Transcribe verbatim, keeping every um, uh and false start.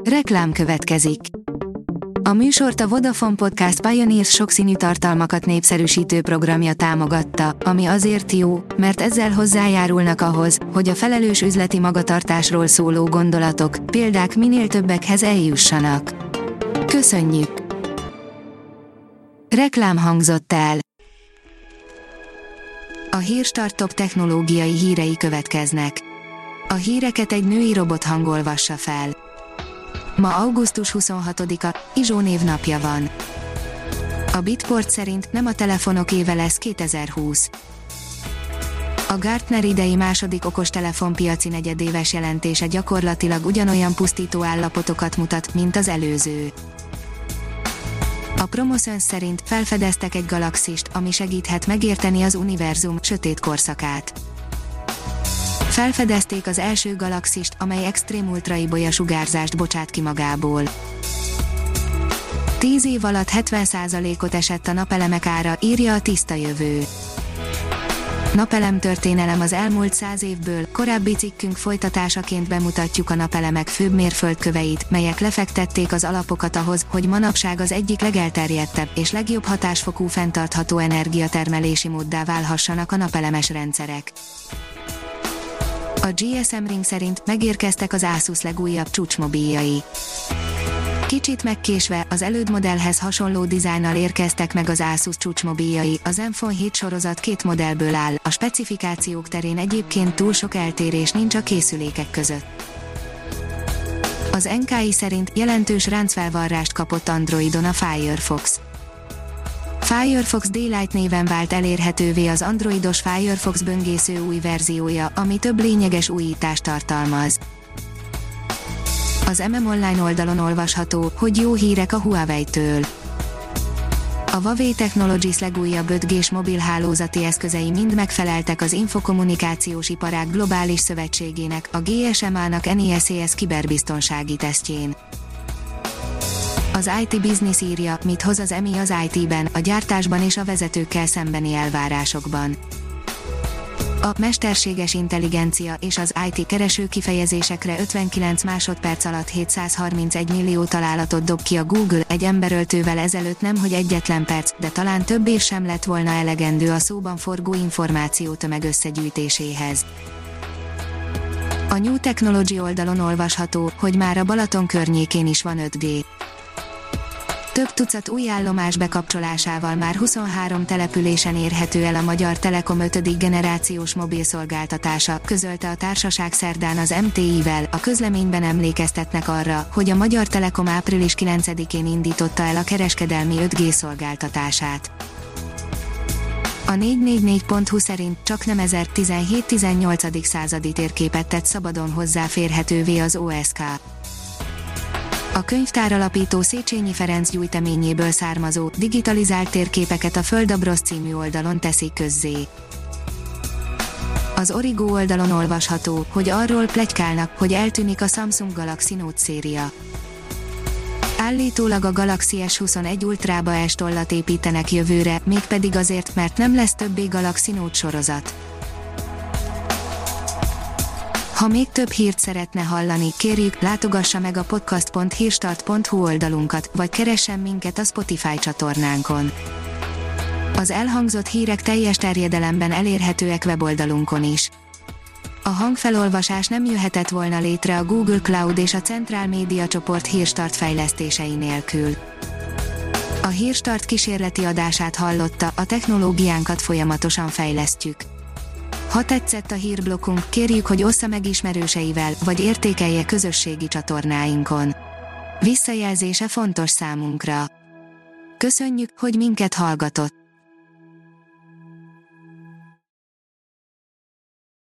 Reklám következik. A műsort a Vodafone Podcast Pioneers sokszínű tartalmakat népszerűsítő programja támogatta, ami azért jó, mert ezzel hozzájárulnak ahhoz, hogy a felelős üzleti magatartásról szóló gondolatok, példák minél többekhez eljussanak. Köszönjük! Reklám hangzott el. A Hírstart top technológiai hírei következnek. A híreket egy női robot hangolvassa fel. Ma augusztus huszonhatodika, Izsó névnapja van. A Bitport szerint nem a telefonok éve lesz kétezer-húsz. A Gartner idei második okostelefonpiaci negyedéves jelentése gyakorlatilag ugyanolyan pusztító állapotokat mutat, mint az előző. A Promoszöns szerint felfedeztek egy galaxist, ami segíthet megérteni az univerzum sötét korszakát. Felfedezték az első galaxist, amely extrém ultraibolya sugárzást bocsát ki magából. Tíz év alatt hetven százalékot esett a napelemek ára, írja a Tiszta Jövő. Napelem történelem az elmúlt száz évből, korábbi cikkünk folytatásaként bemutatjuk a napelemek főbb mérföldköveit, melyek lefektették az alapokat ahhoz, hogy manapság az egyik legelterjedtebb és legjobb hatásfokú fenntartható energiatermelési móddá válhassanak a napelemes rendszerek. A gé es em Ring szerint megérkeztek az Asus legújabb csúcsmobiljai. Kicsit megkésve, az elődmodellhez hasonló dizájnnal érkeztek meg az Asus csúcsmobiljai, a Zenfone hét sorozat két modellből áll, a specifikációk terén egyébként túl sok eltérés nincs a készülékek között. Az en ká i szerint jelentős ráncfelvarrást kapott Androidon a Firefox. Firefox Daylight néven vált elérhetővé az androidos Firefox böngésző új verziója, ami több lényeges újítást tartalmaz. Az em em Online oldalon olvasható, hogy jó hírek a Huawei-től. A Huawei Technologies legújabb öt gés mobilhálózati eszközei mind megfeleltek az Infokommunikációs Iparág Globális Szövetségének, a gé es em á-nak en i es á es kiberbiztonsági tesztjén. Az i té Business írja, mit hoz az em i az í té-ben, a gyártásban és a vezetőkkel szembeni elvárásokban. A mesterséges intelligencia és az i té kereső kifejezésekre ötvenkilenc másodperc alatt hétszázharmincegy millió találatot dob ki a Google, egy emberöltővel ezelőtt nemhogy egyetlen perc, de talán több év sem lett volna elegendő a szóban forgó információtömeg összegyűjtéséhez. A New Technology oldalon olvasható, hogy már a Balaton környékén is van öt gé. Több tucat új állomás bekapcsolásával már huszonhárom településen érhető el a Magyar Telekom ötödik generációs mobilszolgáltatása, közölte a társaság szerdán az em té i-vel, a közleményben emlékeztetnek arra, hogy a Magyar Telekom április kilencedikén indította el a kereskedelmi öt gé szolgáltatását. A négy négy négy pont hu szerint csaknem ezertizenhét-tizennyolcadik századi térképet tett szabadon hozzáférhetővé az o es ká. A könyvtáralapító Széchenyi Ferenc gyűjteményéből származó, digitalizált térképeket a Földabrosz című oldalon teszik közzé. Az Origo oldalon olvasható, hogy arról pletykálnak, hogy eltűnik a Samsung Galaxy Note széria. Állítólag a Galaxy es huszonegy Ultrába S-tollat építenek jövőre, mégpedig azért, mert nem lesz többé Galaxy Note sorozat. Ha még több hírt szeretne hallani, kérjük, látogassa meg a podcast pont hírstart pont hu oldalunkat, vagy keressen minket a Spotify csatornánkon. Az elhangzott hírek teljes terjedelemben elérhetőek weboldalunkon is. A hangfelolvasás nem jöhetett volna létre a Google Cloud és a Centrál Média csoport Hírstart fejlesztései nélkül. A Hírstart kísérleti adását hallotta, a technológiánkat folyamatosan fejlesztjük. Ha tetszett a hírblokkunk, kérjük, hogy ossza meg ismerőseivel, vagy értékelje közösségi csatornáinkon. Visszajelzése fontos számunkra. Köszönjük, hogy minket hallgatott!